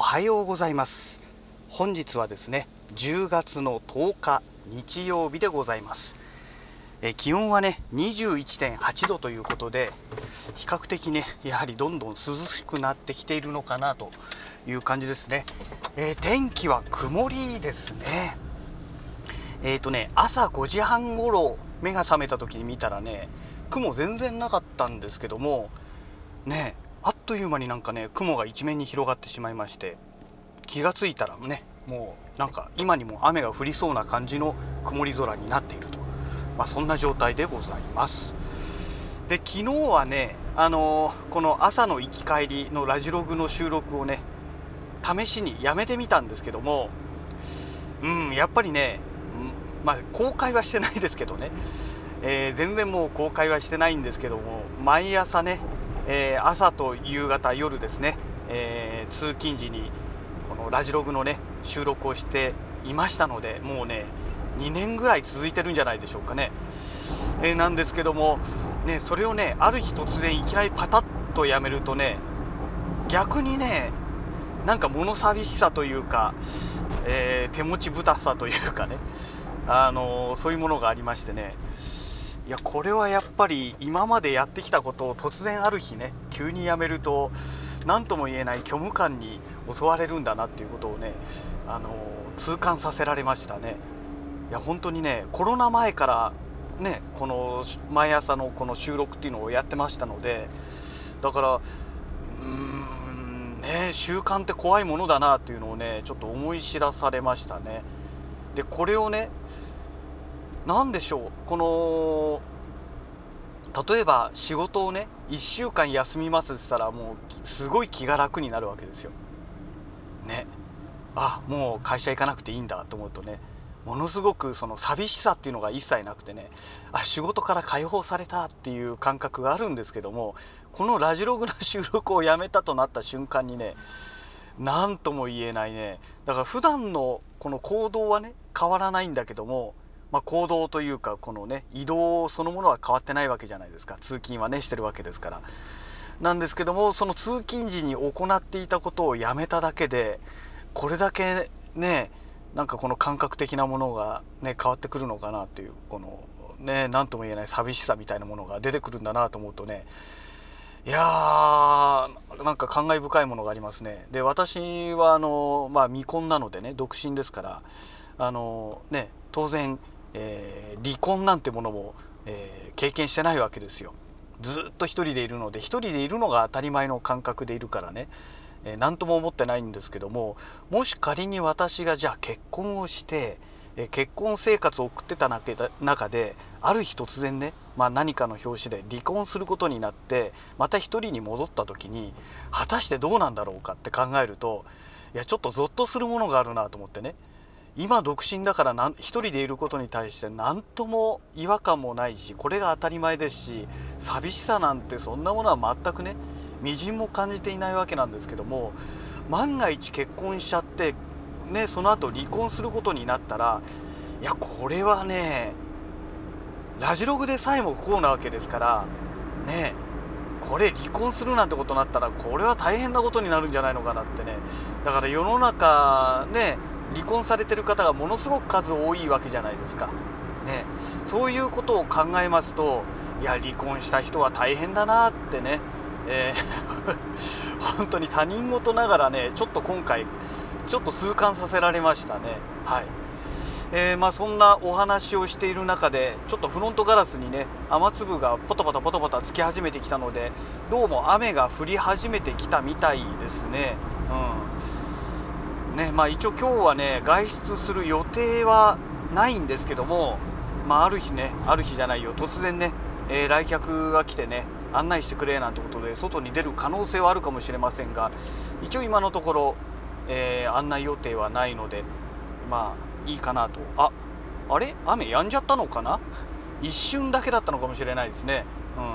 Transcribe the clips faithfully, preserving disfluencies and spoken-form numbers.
はようございます。本日はですねじゅうがつのとおか日曜日でございます。え気温はね にじゅういってんはちどということで、比較的ねやはりどんどん涼しくなってきているのかなという感じですね。えー、天気は曇りですね。えーとね朝ごじはんごろ目が覚めた時に見たらね、雲全然なかったんですけどもね、あっという間になんかね雲が一面に広がってしまいまして、気がついたらねもうなんか今にも雨が降りそうな感じの曇り空になっていると、まあ、そんな状態でございます。で昨日はね、あのー、この朝の行き帰りのラジログの収録をね試しにやめてみたんですけども、うんやっぱりね、うん、まあ公開はしてないですけどね、えー、全然もう公開はしてないんですけども、毎朝ね、えー、朝と夕方夜ですね、えー、通勤時にこのラジログのね収録をしていましたので、もうねにねんぐらい続いてるんじゃないでしょうかね。えー、なんですけどもね、それをねある日突然いきなりパタッとやめるとね、逆にねなんか物寂しさというか、えー、手持ちぶたさというかね、あのー、そういうものがありましてね、いやこれはやっぱり今までやってきたことを突然ある日ね急にやめると何とも言えない虚無感に襲われるんだなっていうことをね、あのー、痛感させられましたね。いや本当にねコロナ前からねこの毎朝のこの収録っていうのをやってましたので、だからうーんね習慣って怖いものだなっていうのをねちょっと思い知らされましたね。でこれをねなんでしょう、この例えば仕事をねいっしゅうかん休みますって言ったらもうすごい気が楽になるわけですよね。あもう会社行かなくていいんだと思うとね、ものすごくその寂しさっていうのが一切なくてね、あ仕事から解放されたっていう感覚があるんですけども、このラジログの収録をやめたとなった瞬間にね、何とも言えないね、だから普段のこの行動はね変わらないんだけども、まあ、行動というかこのね移動そのものは変わってないわけじゃないですか。通勤はねしてるわけですから。なんですけども、その通勤時に行っていたことをやめただけでこれだけねなんかこの感覚的なものがね変わってくるのかなっていう、このね何とも言えない寂しさみたいなものが出てくるんだなと思うとね、いやーなんか感慨深いものがありますね。で私はあの、まあ、未婚なのでね独身ですから、あのね当然、えー、離婚なんてものも、えー、経験してないわけですよ。ずっと一人でいるので、一人でいるのが当たり前の感覚でいるからね、えー、何とも思ってないんですけども、もし仮に私がじゃあ結婚をして、えー、結婚生活を送ってた中である日突然ね、まあ、何かの拍子で離婚することになってまた一人に戻った時に果たしてどうなんだろうかって考えると、いやちょっとゾッとするものがあるなと思ってね、今独身だからなん一人でいることに対して何とも違和感もないし、これが当たり前ですし、寂しさなんてそんなものは全くねみじんも感じていないわけなんですけども、万が一結婚しちゃってねその後離婚することになったら、いやこれはねラジログでさえも不幸なわけですからね、これ離婚するなんてことになったらこれは大変なことになるんじゃないのかなってね。だから世の中ね離婚されてる方がものすごく数多いわけじゃないですかね。そういうことを考えますと、いや離婚した人は大変だなってね、えー、本当に他人事ながらねちょっと今回ちょっと痛感させられましたね。はい。えー、まあそんなお話をしている中でちょっとフロントガラスにね雨粒がポタポタポタポタつき始めてきたので、どうも雨が降り始めてきたみたいですね。うんね、まあ一応今日はね外出する予定はないんですけども、まあある日ねある日じゃないよ突然ね、えー、来客が来てね案内してくれなんてことで外に出る可能性はあるかもしれませんが、一応今のところ、えー、案内予定はないのでまあいいかなと。ああれ雨止んじゃったのかな、一瞬だけだったのかもしれないですね。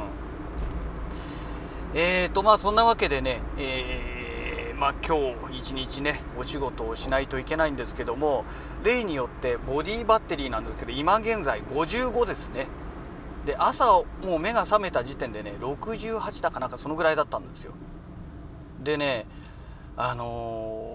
うんえーとまあそんなわけでね、えー、まあ今日一日ねお仕事をしないといけないんですけども、例によってボディバッテリーなんですけど今現在ごじゅうごですね。で朝もう目が覚めた時点でねろくじゅうはちだかなんかそのぐらいだったんですよ。でねあの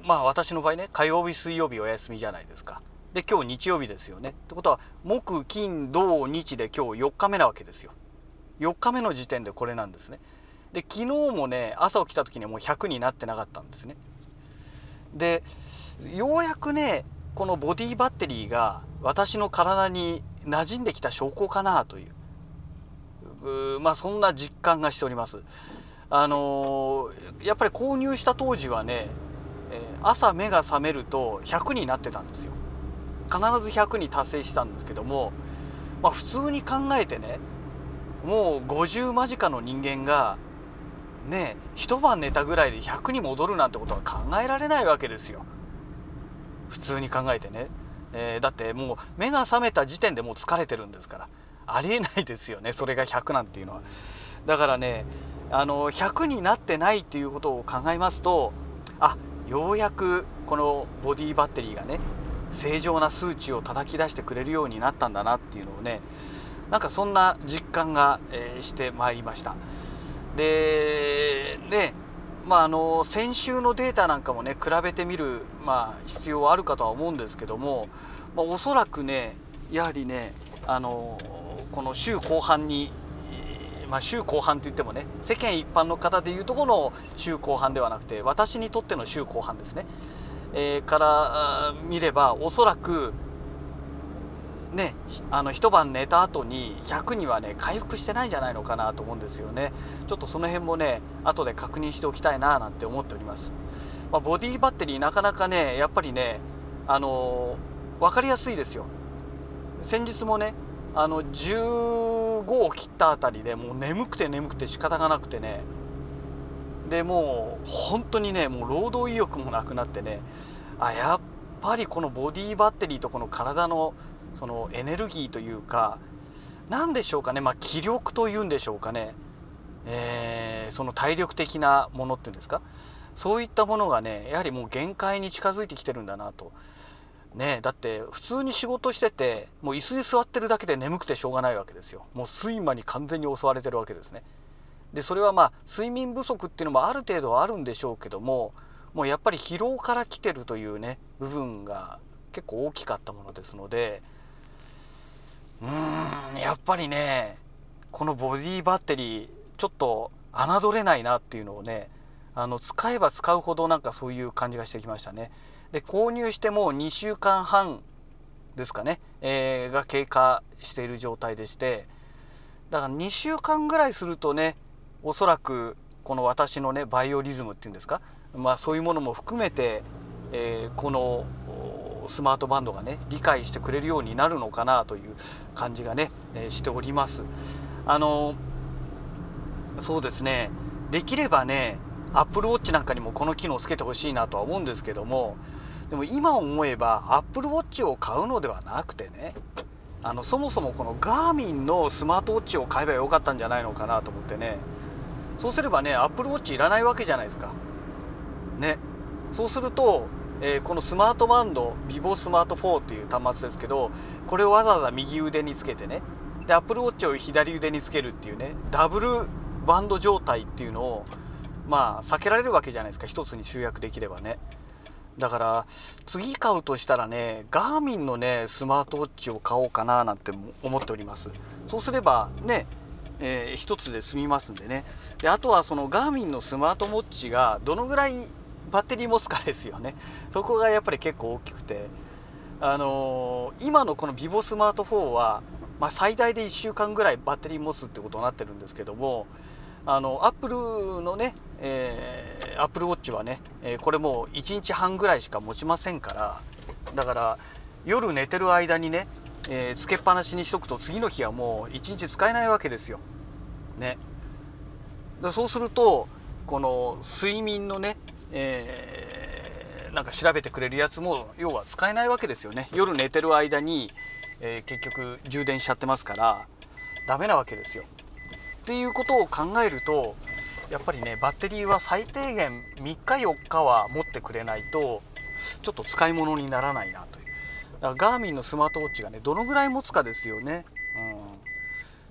まあ私の場合ね、火曜日水曜日お休みじゃないですか。で今日日曜日ですよね。ってことは木金土日で今日よっかめなわけですよ。よっかめの時点でこれなんですね。で昨日もね、朝起きた時にはもうひゃくになってなかったんですね。でようやくね、このボディバッテリーが私の体に馴染んできた証拠かなという、うまあそんな実感がしております。あのー、やっぱり購入した当時はね、えー、朝目が覚めるとひゃくになってたんですよ。必ずひゃくに達成したんですけども、まあ、普通に考えてね、もうごじゅう間近の人間がね、一晩寝たぐらいでひゃくに戻るなんてことは考えられないわけですよ、普通に考えてね。えー、だってもう目が覚めた時点でもう疲れてるんですから、ありえないですよね、それがひゃくなんていうのは。だからね、あのひゃくになってないっていうことを考えますと、あ、ようやくこのボディバッテリーがね、正常な数値を叩き出してくれるようになったんだなっていうのをね、なんかそんな実感が、えー、してまいりました。でね、まああの先週のデータなんかもね比べてみる、まあ、必要はあるかとは思うんですけども、まあ、おそらくね、やはりね、あのこの週後半に、まあ、週後半といってもね、世間一般の方でいうとこの週後半ではなくて、私にとっての週後半ですね、えー、から見ればおそらくね、あの一晩寝た後にひゃくにはね回復してないんじゃないのかなと思うんですよね。ちょっとその辺もね後で確認しておきたいななんて思っております。まあ、ボディバッテリーなかなかね、やっぱりね、あのー、分かりやすいですよ。先日もね、あのじゅうごを切ったあたりでもう眠くて眠くて仕方がなくてね、でもう本当にね、もう労働意欲もなくなってね、あ、やっぱりこのボディバッテリーとこの体のそのエネルギーというか、何でしょうかね、まあ気力というんでしょうかね、えー、その体力的なものっていうんですか、そういったものがね、やはりもう限界に近づいてきてるんだなと。ね、だって普通に仕事してて、もう椅子に座ってるだけで眠くてしょうがないわけですよ。もう睡魔に完全に襲われてるわけですね。でそれはまあ睡眠不足っていうのもある程度はあるんでしょうけども、もうやっぱり疲労から来てるというね部分が結構大きかったものですので、うーんやっぱりね、このボディバッテリーちょっと侮れないなっていうのをね、あの使えば使うほどなんかそういう感じがしてきましたね。で購入してもうにしゅうかんはんですかね、えー、が経過している状態でして、だからにしゅうかんぐらいするとね、おそらくこの私のねバイオリズムっていうんですか、まあそういうものも含めて、えー、このスマートバンドがね理解してくれるようになるのかなという感じがね、えー、しております。あのそうですね、できればね Apple Watch なんかにもこの機能をつけてほしいなとは思うんですけども、でも今思えば Apple Watch を買うのではなくてね、あのそもそもこのガーミンのスマートウォッチを買えばよかったんじゃないのかなと思ってね。そうすればね Apple Watch いらないわけじゃないですかね。そうすると、えー、このスマートバンド Vivo スマートフォーっていう端末ですけど、これをわざわざ右腕につけてね、で Apple Watch を左腕につけるっていうね、ダブルバンド状態っていうのをまあ避けられるわけじゃないですか、一つに集約できればね。だから次買うとしたらね、ガーミンのねスマートウォッチを買おうかななんて思っております。そうすればね、えー、一つで済みますんでね。であとはそのガーミンのスマートウォッチがどのぐらいバッテリー持つかですよね。そこがやっぱり結構大きくて、あのー、今のこの Vivo スマートフォーは、まあ、最大でいっしゅうかんぐらいバッテリー持つってことになってるんですけども、あのアップルのね、えー、アップルウォッチはね、えー、これもういちにちはんぐらいしか持ちませんから、だから夜寝てる間にね、えー、つけっぱなしにしとくと次の日はもういちにち使えないわけですよね。でそうするとこの睡眠のね、えー、なんか調べてくれるやつも要は使えないわけですよね。夜寝てる間に、えー、結局充電しちゃってますからダメなわけですよ。っていうことを考えると、やっぱりねバッテリーは最低限みっかよっかは持ってくれないとちょっと使い物にならないなという。だからガーミンのスマートウォッチがねどのぐらい持つかですよね。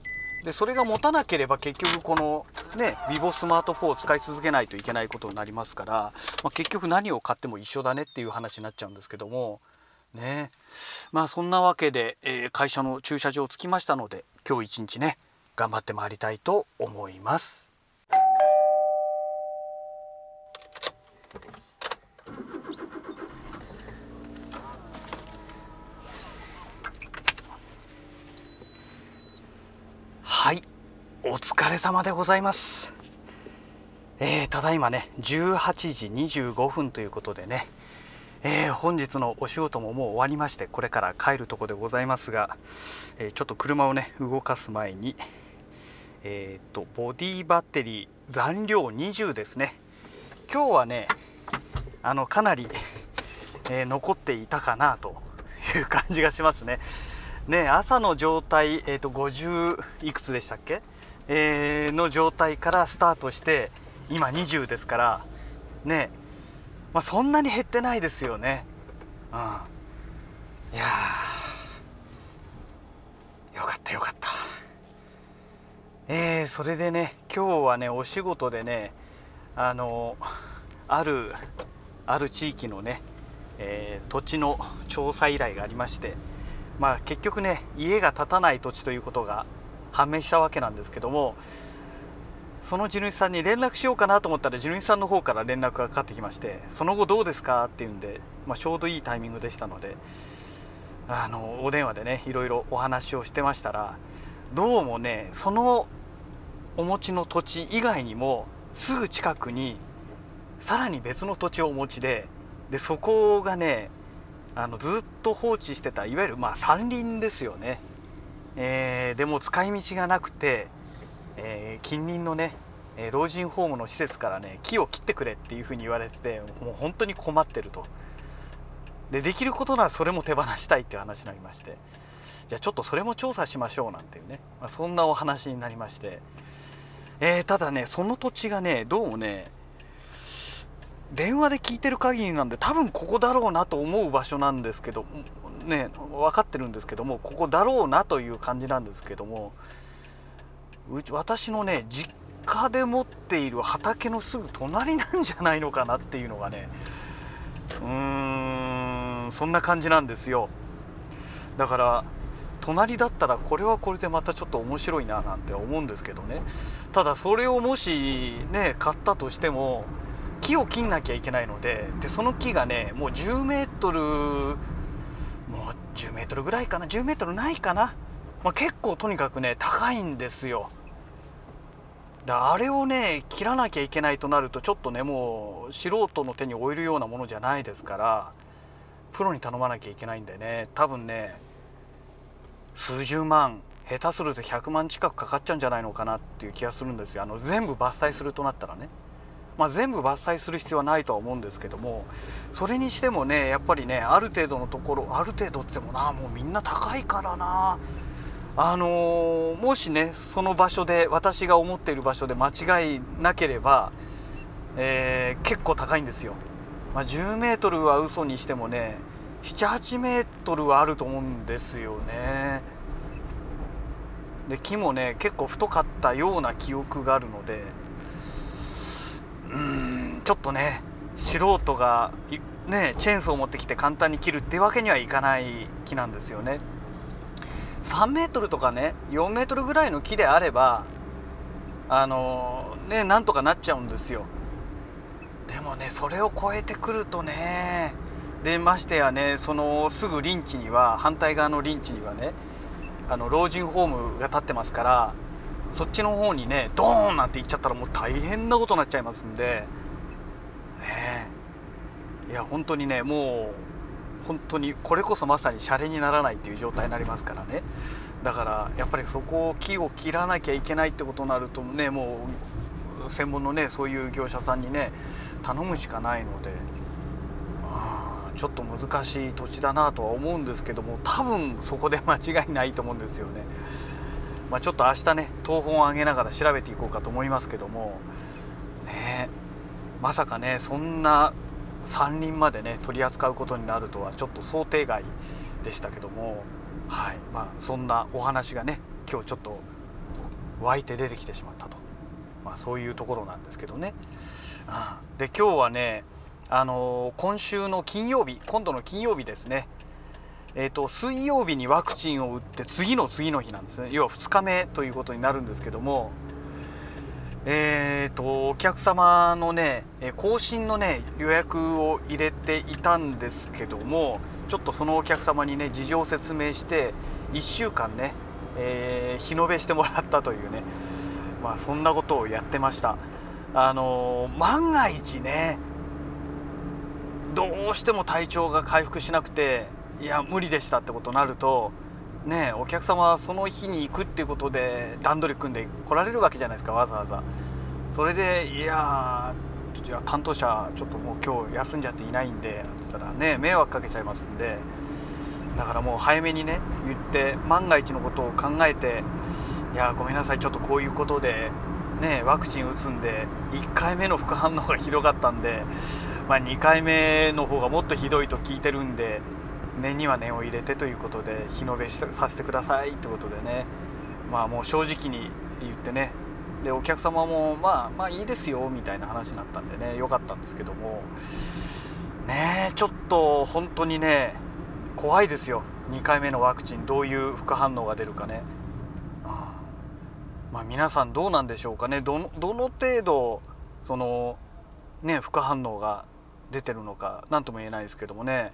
でそれが持たなければ結局このねビボスマートフォーを使い続けないといけないことになりますから、まあ、結局何を買っても一緒だねっていう話になっちゃうんですけどもね。まあそんなわけで、えー、会社の駐車場着きましたので今日一日ね頑張ってまいりたいと思います。はい、お疲れ様でございます。えー、ただいまねじゅうはちじにじゅうごふんということでね、えー、本日のお仕事ももう終わりましてこれから帰るところでございますが、えー、ちょっと車をね動かす前に、えー、とボディバッテリー残量にじゅうですね。今日はねあのかなり、えー、残っていたかなという感じがしますね。ね、朝の状態、えー、とごじゅういくつでしたっけ、えー、の状態からスタートして今にじゅうですからね、まあ、そんなに減ってないですよね。うん、いやーよかったよかった。えー、それでね今日はねお仕事でねあのあるある地域のね、えー、土地の調査依頼がありまして、まあ結局ね家が建たない土地ということが判明したわけなんですけども、その地主さんに連絡しようかなと思ったら地主さんの方から連絡がかかってきまして、その後どうですかっていうんで、まあ、ちょうどいいタイミングでしたのであのお電話でねいろいろお話をしてましたら、どうもねそのお持ちの土地以外にもすぐ近くにさらに別の土地をお持ちで、でそこがねあのずっと放置してたいわゆるまあ山林ですよね。えー、でも使い道がなくて、えー、近隣のね老人ホームの施設からね木を切ってくれっていうふうに言われてて、もう本当に困ってると。でできることならそれも手放したいっていう話になりまして、じゃあちょっとそれも調査しましょうなんていうね、まあ、そんなお話になりまして、えー、ただねその土地がねどうもね電話で聞いてる限りなんで多分ここだろうなと思う場所なんですけどね、分かってるんですけどもここだろうなという感じなんですけども、うち私のね実家で持っている畑のすぐ隣なんじゃないのかなっていうのがねうーんそんな感じなんですよ。だから隣だったらこれはこれでまたちょっと面白いななんて思うんですけどね。ただそれをもしね買ったとしても木を切んなきゃいけないので、でその木がねもうじゅうメートルもうじゅうメートルぐらいかな、じゅうメートルないかな、まあ、結構とにかくね高いんですよ。だあれをね切らなきゃいけないとなるとちょっとねもう素人の手に負えるようなものじゃないですからプロに頼まなきゃいけないんでね、多分ね数十万下手するとひゃくまん近くかかっちゃうんじゃないのかなっていう気がするんですよ。あの全部伐採するとなったらね、まあ、全部伐採する必要はないとは思うんですけども、それにしてもねやっぱりねある程度のところ、ある程度って言ってもなもうみんな高いからな、あのー、もしねその場所で私が思っている場所で間違いなければ、えー、結構高いんですよ。まあ、じゅうメートルは嘘にしてもねななはちメートルはあると思うんですよね。で木もね結構太かったような記憶があるので、うーんちょっとね素人がねチェーンソーを持ってきて簡単に切るっていうわけにはいかない木なんですよね。さんメートルとかねよんメートルぐらいの木であればあのー、ねなんとかなっちゃうんですよ。でもねそれを超えてくるとね、でましてやねそのすぐ林地には反対側の林地にはねあの老人ホームが建ってますから、そっちの方にねドーンなんて行っちゃったらもう大変なことになっちゃいますんでね。いや本当にねもう本当にこれこそまさにシャレにならないっていう状態になりますからね。だからやっぱりそこを木を切らなきゃいけないってことになるとねもう専門のねそういう業者さんにね頼むしかないので、あちょっと難しい土地だなとは思うんですけども、多分そこで間違いないと思うんですよね。まあ、ちょっと明日ね謄本を上げながら調べていこうかと思いますけどもね、まさかねそんな山林までね取り扱うことになるとはちょっと想定外でしたけども、はい、まあそんなお話がね今日ちょっと湧いて出てきてしまったと、まあ、そういうところなんですけどね。うん、で今日はね、あのー、今週の金曜日、今度の金曜日ですね、えーと、水曜日にワクチンを打って次の次の日なんですね。要はふつかめということになるんですけども、えーとお客様のね更新のね予約を入れていたんですけども、ちょっとそのお客様にね事情を説明していっしゅうかんね、えー、日延べしてもらったというね、まあそんなことをやってました。あのー、万が一ねどうしても体調が回復しなくて、いや無理でしたってことになるとね、お客様はその日に行くっていうことで段取り組んで来られるわけじゃないですか、わざわざ。それでいやーじゃあ担当者ちょっともう今日休んじゃっていないんでなんて言ったらね迷惑かけちゃいますんで、だからもう早めにね言って万が一のことを考えて、いやごめんなさいちょっとこういうことでねワクチン打つんでいっかいめの副反応がひどかったんで、まあ、にかいめの方がもっとひどいと聞いてるんで念には念を入れてということで日延べさせてくださいってことでね、まあもう正直に言ってね、でお客様もまあまあいいですよみたいな話になったんでねよかったんですけどもね、ちょっと本当にね怖いですよ。にかいめのワクチンどういう副反応が出るかね。あまあ皆さんどうなんでしょうかね。どの、どの程度そのね副反応が出てるのか何とも言えないですけどもね。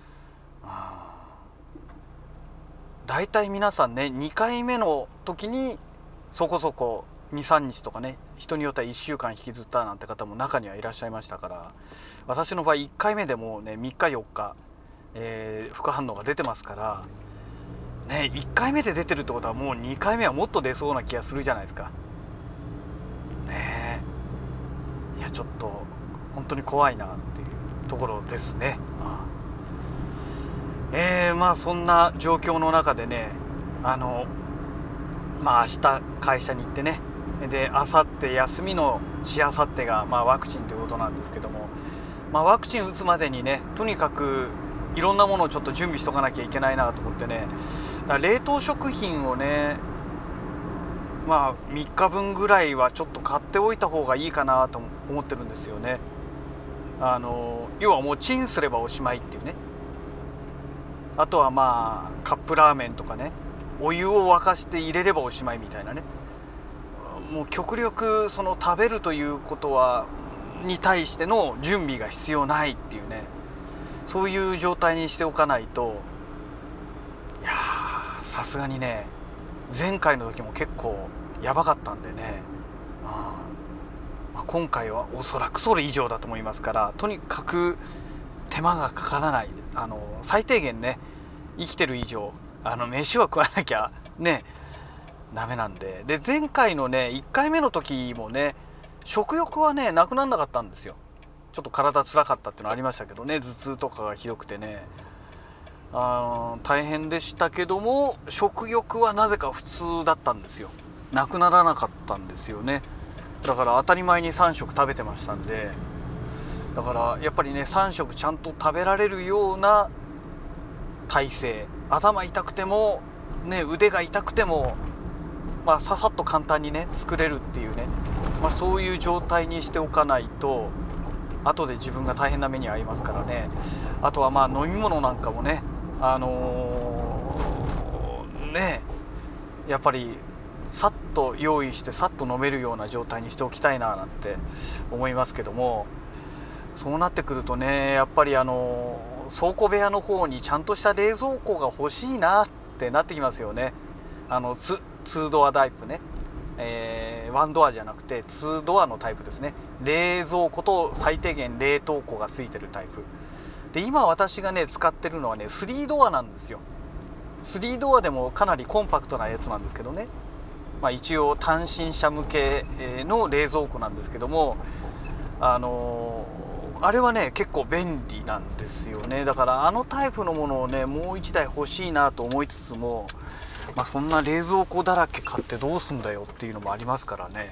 大体皆さんねにかいめの時にそこそこ にさんにちとかね、人によってはいっしゅうかん引きずったなんて方も中にはいらっしゃいましたから、私の場合いっかいめでもうねみっかよっか、えー、副反応が出てますからね、いっかいめで出てるってことはもうにかいめはもっと出そうな気がするじゃないですかね。いやちょっと本当に怖いなっていうところですね。ああえー、まあそんな状況の中でね、あのまあ明日会社に行ってね、で明後日休みのしあさってがまあワクチンということなんですけども、まあ、ワクチン打つまでにねとにかくいろんなものをちょっと準備しとかなきゃいけないなと思ってね、だから冷凍食品をねまあみっかぶんぐらいはちょっと買っておいた方がいいかなと思ってるんですよね。あの要はもうチンすればおしまいっていうね。あとはまあカップラーメンとかねお湯を沸かして入れればおしまいみたいなね、もう極力その食べるということはに対しての準備が必要ないっていうね、そういう状態にしておかないと、いやさすがにね前回の時も結構やばかったんでね、うんまあ、今回はおそらくそれ以上だと思いますから、とにかく手間がかからない、あの最低限ね生きてる以上あの飯は食わなきゃねダメなんで。で前回のねいっかいめの時もね食欲はねなくならなかったんですよ。ちょっと体つらかったっていうのありましたけどね、頭痛とかがひどくてね、あ大変でしたけども食欲はなぜか普通だったんですよ。なくならなかったんですよね。だから当たり前にさん食食べてましたんで、だからやっぱりねさん食ちゃんと食べられるような体勢、頭痛くてもね腕が痛くてもまあささっと簡単にね作れるっていうね、まあ、そういう状態にしておかないと後で自分が大変な目に遭いますからね。あとはまあ飲み物なんかもねあのー、ねやっぱりさっと用意してさっと飲めるような状態にしておきたいななんて思いますけども、そうなってくるとねやっぱりあの倉庫部屋の方にちゃんとした冷蔵庫が欲しいなってなってきますよね。あの ツ, ツードアタイプね、えー、ワンドアじゃなくてツードアのタイプですね。冷蔵庫と最低限冷凍庫がついてるタイプで、今私がね使ってるのはねスリードアなんですよ。スリードアでもかなりコンパクトなやつなんですけどね、まあ、一応単身者向けの冷蔵庫なんですけども、あのー、あれはね結構便利なんですよね。だからあのタイプのものをねもういちだい欲しいなと思いつつも、まあ、そんな冷蔵庫だらけ買ってどうすんだよっていうのもありますからね、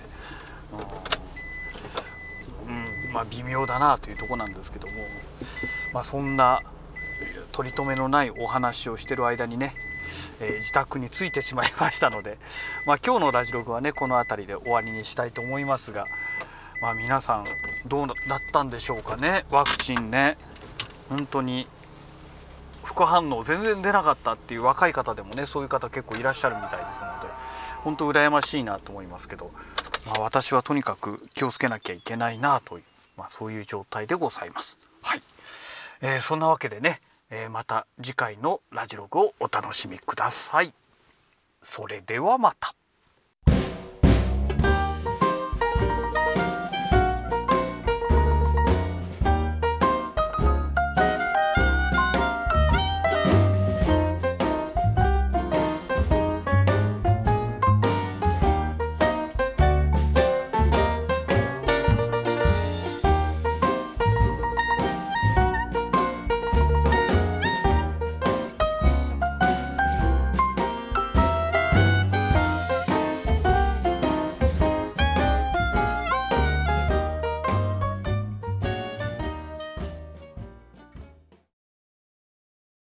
うんうん、まあ微妙だなというとこなんですけども、まあ、そんな取り留めのないお話をしてる間にね、 えー、自宅に着いてしまいましたので、まあ、今日のラジログはねこの辺りで終わりにしたいと思いますが、まあ、皆さんどうだったんでしょうかね。ワクチンね本当に副反応全然出なかったっていう若い方でもねそういう方結構いらっしゃるみたいですので本当羨ましいなと思いますけど、まあ、私はとにかく気をつけなきゃいけないなという、まあ、そういう状態でございます。はい、えー、そんなわけでね、えー、また次回のラジログをお楽しみください。それではまた。